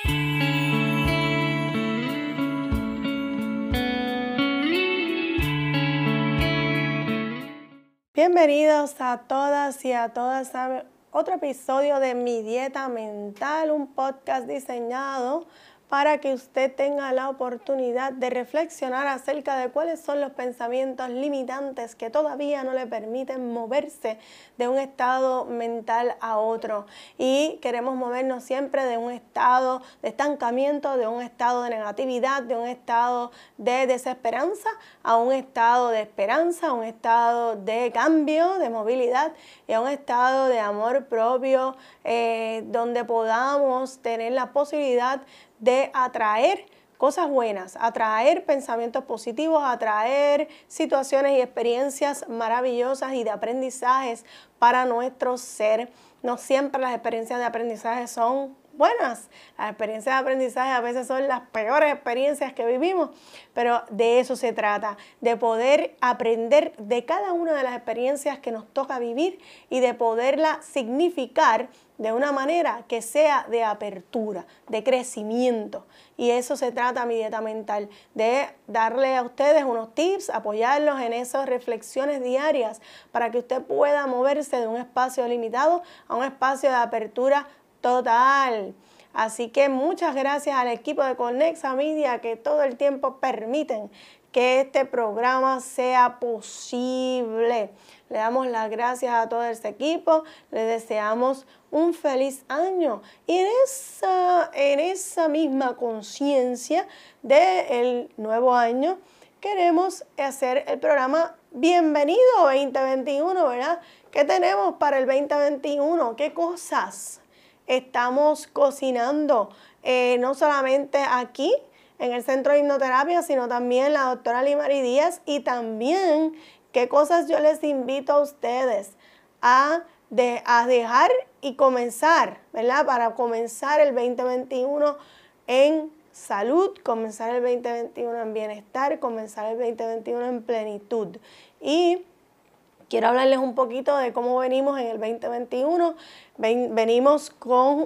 Bienvenidos a todas y a todas a otro episodio de Mi Dieta Mental, un podcast diseñado para que usted tenga la oportunidad de reflexionar acerca de cuáles son los pensamientos limitantes que todavía no le permiten moverse de un estado mental a otro. Y queremos movernos siempre de un estado de estancamiento, de un estado de negatividad, de un estado de desesperanza a un estado de esperanza, a un estado de cambio, de movilidad y a un estado de amor propio, donde podamos tener la posibilidad de atraer cosas buenas, atraer pensamientos positivos, atraer situaciones y experiencias maravillosas y de aprendizajes para nuestro ser. No siempre las experiencias de aprendizaje son buenas. Las experiencias de aprendizaje a veces son las peores experiencias que vivimos, pero de eso se trata, de poder aprender de cada una de las experiencias que nos toca vivir y de poderla significar de una manera que sea de apertura, de crecimiento. Y eso se trata Mi Dieta Mental, de darle a ustedes unos tips, apoyarlos en esas reflexiones diarias para que usted pueda moverse de un espacio limitado a un espacio de apertura total. Así que muchas gracias al equipo de Conexa Media que todo el tiempo permiten que este programa sea posible. Le damos las gracias a todo este equipo, le deseamos un feliz año y en esa misma conciencia del nuevo año queremos hacer el programa Bienvenido 2021, ¿verdad? ¿Qué tenemos para el 2021? ¿Qué cosas estamos cocinando? No solamente aquí en el Centro de Hipnoterapia, sino también la doctora Limari Díaz, y también qué cosas yo les invito a ustedes a dejar y comenzar, ¿verdad? Para comenzar el 2021 en salud, comenzar el 2021 en bienestar, comenzar el 2021 en plenitud. Y quiero hablarles un poquito de cómo venimos en el 2021. Venimos con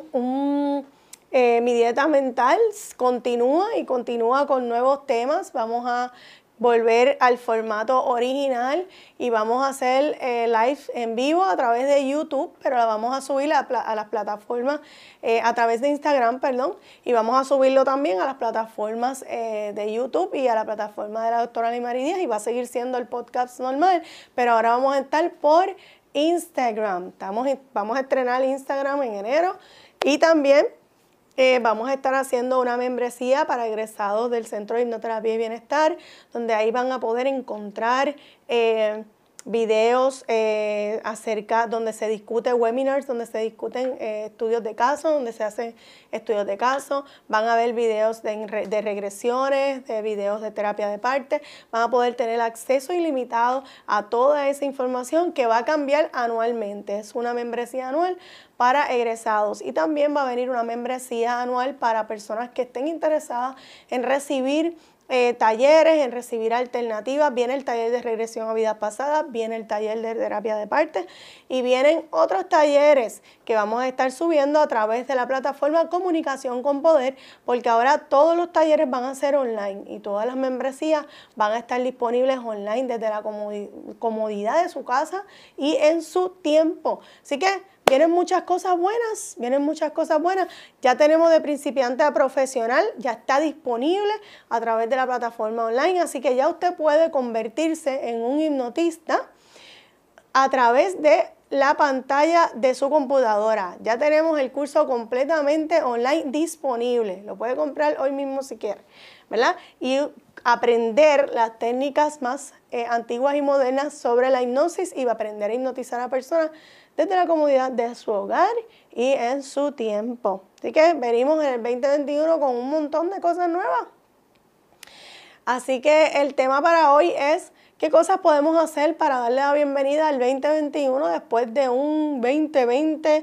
Mi Dieta Mental, continúa con nuevos temas. Vamos a volver al formato original y vamos a hacer live en vivo a través de YouTube, pero la vamos a subir a las plataformas, a través de Instagram, perdón, y vamos a subirlo también a las plataformas de YouTube y a la plataforma de la doctora Limari Díaz, y va a seguir siendo el podcast normal, pero ahora vamos a estar por Instagram. Vamos a estrenar Instagram en enero, y también vamos a estar haciendo una membresía para egresados del Centro de Hipnoterapia y Bienestar, donde ahí van a poder encontrar videos donde se discute webinars, donde se discuten estudios de caso, donde se hacen estudios de caso. Van a ver videos de regresiones, de videos de terapia de parte. Van a poder tener acceso ilimitado a toda esa información que va a cambiar anualmente. Es una membresía anual para egresados, y también va a venir una membresía anual para personas que estén interesadas en recibir talleres, en recibir alternativas. Viene el taller de regresión a vidas pasadas, viene el taller de terapia de partes, y vienen otros talleres que vamos a estar subiendo a través de la plataforma Comunicación con Poder, porque ahora todos los talleres van a ser online y todas las membresías van a estar disponibles online desde la comodidad de su casa y en su tiempo. Así que vienen muchas cosas buenas, Ya tenemos de principiante a profesional, ya está disponible a través de la plataforma online, así que ya usted puede convertirse en un hipnotista a través de la pantalla de su computadora. Ya tenemos el curso completamente online disponible, lo puede comprar hoy mismo si quiere, ¿verdad? Y aprender las técnicas más antiguas y modernas sobre la hipnosis, y va a aprender a hipnotizar a personas desde la comodidad de su hogar y en su tiempo. Así que venimos en el 2021 con un montón de cosas nuevas. Así que el tema para hoy es qué cosas podemos hacer para darle la bienvenida al 2021 después de un 2020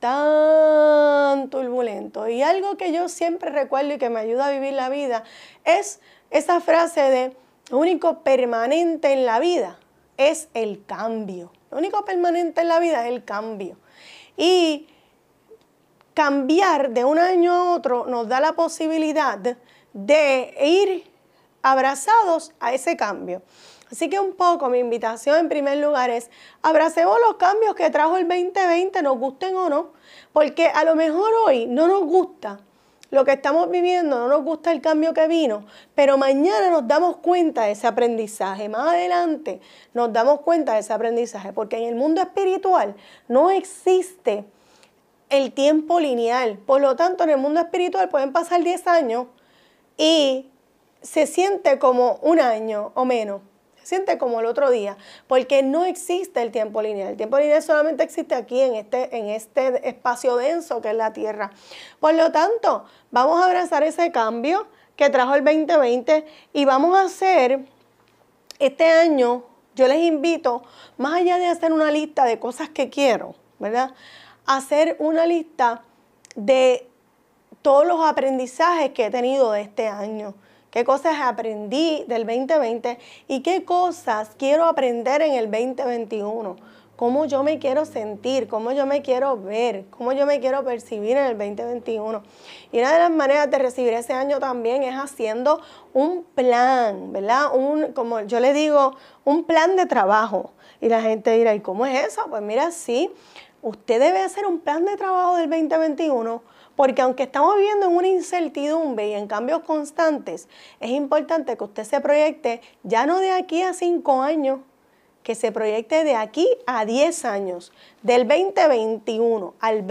tan turbulento. Y algo que yo siempre recuerdo y que me ayuda a vivir la vida es esa frase de: lo único permanente en la vida es el cambio. Lo único permanente en la vida es el cambio. Y cambiar de un año a otro nos da la posibilidad de ir abrazados a ese cambio. Así que un poco mi invitación en primer lugar es abracemos los cambios que trajo el 2020, nos gusten o no, porque a lo mejor hoy no nos gusta lo que estamos viviendo, no nos gusta el cambio que vino, pero mañana nos damos cuenta de ese aprendizaje, más adelante nos damos cuenta de ese aprendizaje, porque en el mundo espiritual no existe el tiempo lineal. Por lo tanto, en el mundo espiritual pueden pasar 10 años y se siente como un año o menos. Se siente como el otro día, porque no existe el tiempo lineal. El tiempo lineal solamente existe aquí en este espacio denso que es la Tierra. Por lo tanto, vamos a abrazar ese cambio que trajo el 2020 y vamos a hacer este año, yo les invito, más allá de hacer una lista de cosas que quiero, ¿verdad? Hacer una lista de todos los aprendizajes que he tenido de este año. Qué cosas aprendí del 2020 y qué cosas quiero aprender en el 2021. Cómo yo me quiero sentir, cómo yo me quiero ver, cómo yo me quiero percibir en el 2021. Y una de las maneras de recibir ese año también es haciendo un plan, ¿verdad? Como yo le digo, un plan de trabajo. Y la gente dirá, ¿y cómo es eso? Pues mira, sí, usted debe hacer un plan de trabajo del 2021. Porque aunque estamos viviendo en una incertidumbre y en cambios constantes, es importante que usted se proyecte ya no de aquí a 5 años, que se proyecte de aquí a 10 años, del 2021 al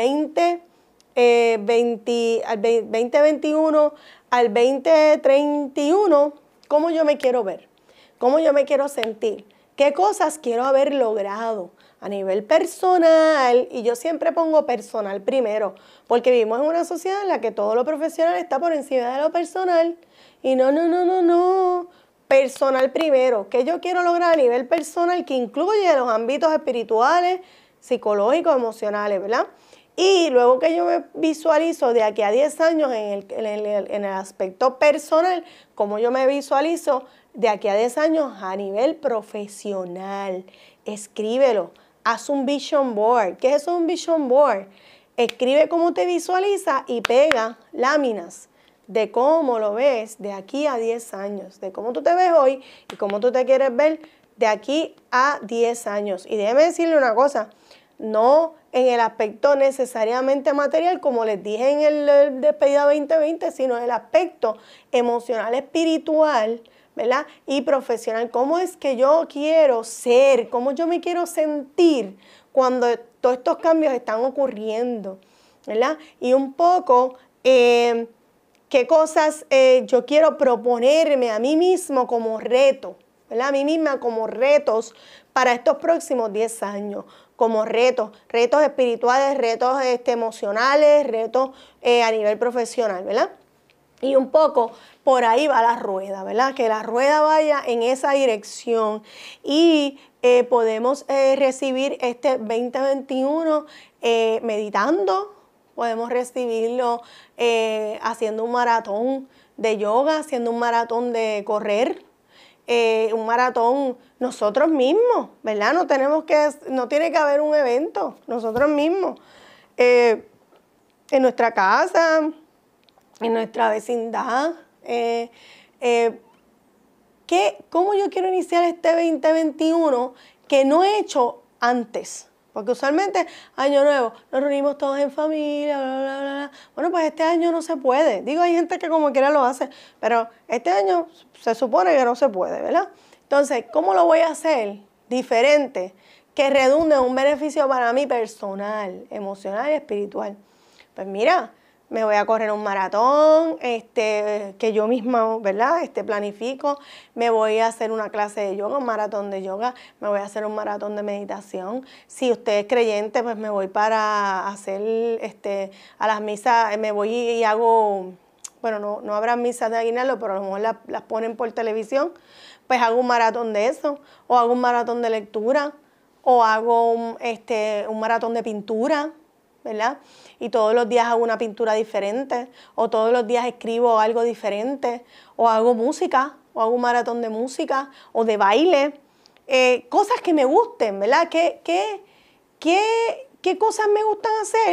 2021 al 2031, cómo yo me quiero ver, cómo yo me quiero sentir, qué cosas quiero haber logrado a nivel personal, y yo siempre pongo personal primero, porque vivimos en una sociedad en la que todo lo profesional está por encima de lo personal, y no, personal primero, que yo quiero lograr a nivel personal, que incluye los ámbitos espirituales, psicológicos, emocionales, ¿verdad? Y luego que yo me visualizo de aquí a 10 años en el aspecto personal, como yo me visualizo de aquí a 10 años a nivel profesional, escríbelo. Haz un vision board. ¿Qué es un vision board? Escribe cómo te visualiza y pega láminas de cómo lo ves de aquí a 10 años, de cómo tú te ves hoy y cómo tú te quieres ver de aquí a 10 años. Y déjeme decirle una cosa, no en el aspecto necesariamente material, como les dije en el Despedida 2020, sino en el aspecto emocional, espiritual, ¿verdad? Y profesional. ¿Cómo es que yo quiero ser? ¿Cómo yo me quiero sentir cuando todos estos cambios están ocurriendo? ¿Verdad? Y un poco qué cosas yo quiero proponerme a mí mismo como reto, ¿verdad? A mí misma como retos para estos próximos 10 años. Como retos espirituales, retos emocionales, retos a nivel profesional, ¿verdad? Y un poco por ahí va la rueda, ¿verdad? Que la rueda vaya en esa dirección y podemos recibir este 2021 meditando, podemos recibirlo haciendo un maratón de yoga, haciendo un maratón de correr, un maratón nosotros mismos, ¿verdad? No tiene que haber un evento, nosotros mismos, en nuestra casa, en nuestra vecindad. ¿Cómo yo quiero iniciar este 2021 que no he hecho antes? Porque usualmente, año nuevo, nos reunimos todos en familia, bla, bla, bla. Bueno, pues este año no se puede. Digo, hay gente que como quiera lo hace, pero este año se supone que no se puede, ¿verdad? Entonces, ¿cómo lo voy a hacer diferente que redunde en un beneficio para mí personal, emocional y espiritual? Pues mira, me voy a correr un maratón que yo misma, ¿verdad? planifico. Me voy a hacer una clase de yoga, un maratón de yoga. Me voy a hacer un maratón de meditación. Si usted es creyente, pues me voy para hacer a las misas. Me voy y hago, bueno, no habrá misas de aguinaldo, pero a lo mejor las ponen por televisión. Pues hago un maratón de eso, o hago un maratón de lectura, o hago un maratón de pintura, ¿verdad? Y todos los días hago una pintura diferente, o todos los días escribo algo diferente, o hago música, o hago un maratón de música, o de baile, cosas que me gusten, ¿verdad? ¿Qué cosas me gustan hacer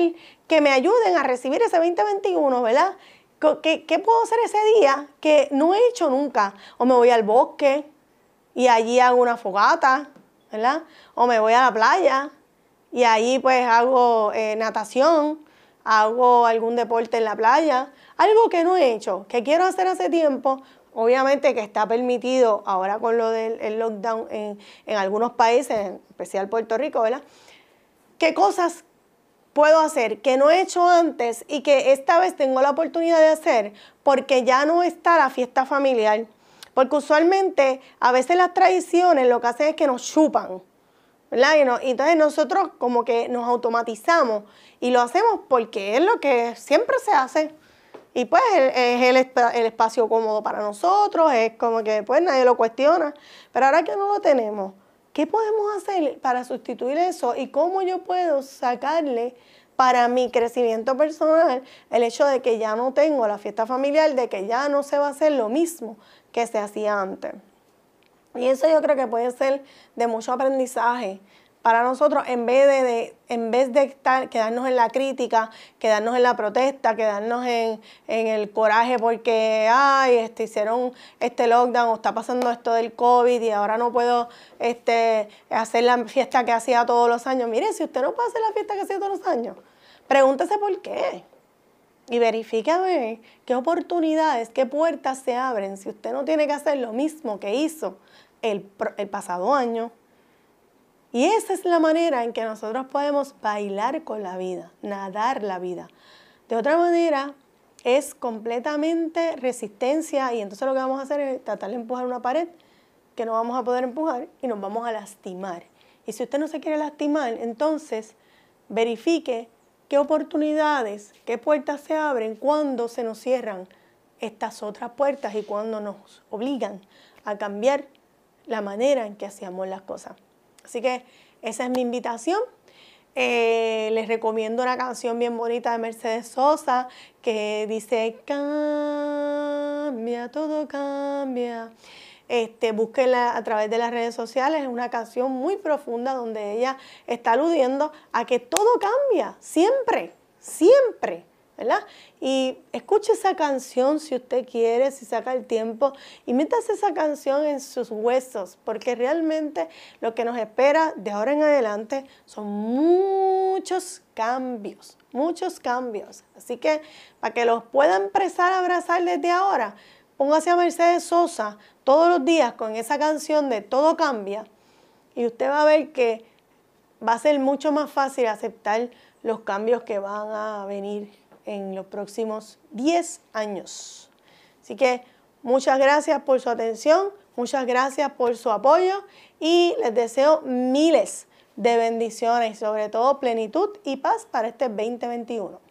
que me ayuden a recibir ese 2021, ¿verdad? ¿Qué puedo hacer ese día que no he hecho nunca? O me voy al bosque y allí hago una fogata, ¿verdad? O me voy a la playa y allí pues hago natación, hago algún deporte en la playa, algo que no he hecho, que quiero hacer hace tiempo. Obviamente que está permitido ahora con lo del lockdown en algunos países, en especial Puerto Rico, ¿verdad? ¿Qué cosas puedo hacer que no he hecho antes y que esta vez tengo la oportunidad de hacer porque ya no está la fiesta familiar? Porque usualmente a veces las tradiciones lo que hacen es que nos chupan, ¿verdad? Y entonces nosotros como que nos automatizamos y lo hacemos porque es lo que siempre se hace. Y pues es el espacio cómodo para nosotros, es como que pues nadie lo cuestiona. Pero ahora que no lo tenemos, ¿qué podemos hacer para sustituir eso? ¿Y cómo yo puedo sacarle para mi crecimiento personal el hecho de que ya no tengo la fiesta familiar, de que ya no se va a hacer lo mismo que se hacía antes? Y eso yo creo que puede ser de mucho aprendizaje para nosotros en vez de quedarnos en la crítica, quedarnos en la protesta, quedarnos en el coraje porque hicieron este lockdown o está pasando esto del COVID y ahora no puedo hacer la fiesta que hacía todos los años. Mire, si usted no puede hacer la fiesta que hacía todos los años, pregúntese por qué. Y verifique a ver qué oportunidades, qué puertas se abren si usted no tiene que hacer lo mismo que hizo el pasado año. Y esa es la manera en que nosotros podemos bailar con la vida, nadar la vida. De otra manera, es completamente resistencia y entonces lo que vamos a hacer es tratar de empujar una pared que no vamos a poder empujar y nos vamos a lastimar. Y si usted no se quiere lastimar, entonces verifique qué oportunidades, qué puertas se abren cuando se nos cierran estas otras puertas y cuando nos obligan a cambiar la manera en que hacíamos las cosas. Así que esa es mi invitación. Les recomiendo una canción bien bonita de Mercedes Sosa que dice, cambia, todo cambia. Búsquenla a través de las redes sociales, es una canción muy profunda donde ella está aludiendo a que todo cambia, siempre, siempre, ¿verdad? Y escuche esa canción si usted quiere, si saca el tiempo, y métase esa canción en sus huesos, porque realmente lo que nos espera de ahora en adelante son muchos cambios, muchos cambios. Así que para que los pueda empezar a abrazar desde ahora, póngase a Mercedes Sosa todos los días con esa canción de Todo Cambia y usted va a ver que va a ser mucho más fácil aceptar los cambios que van a venir en los próximos 10 años. Así que muchas gracias por su atención, muchas gracias por su apoyo y les deseo miles de bendiciones, sobre todo plenitud y paz para este 2021.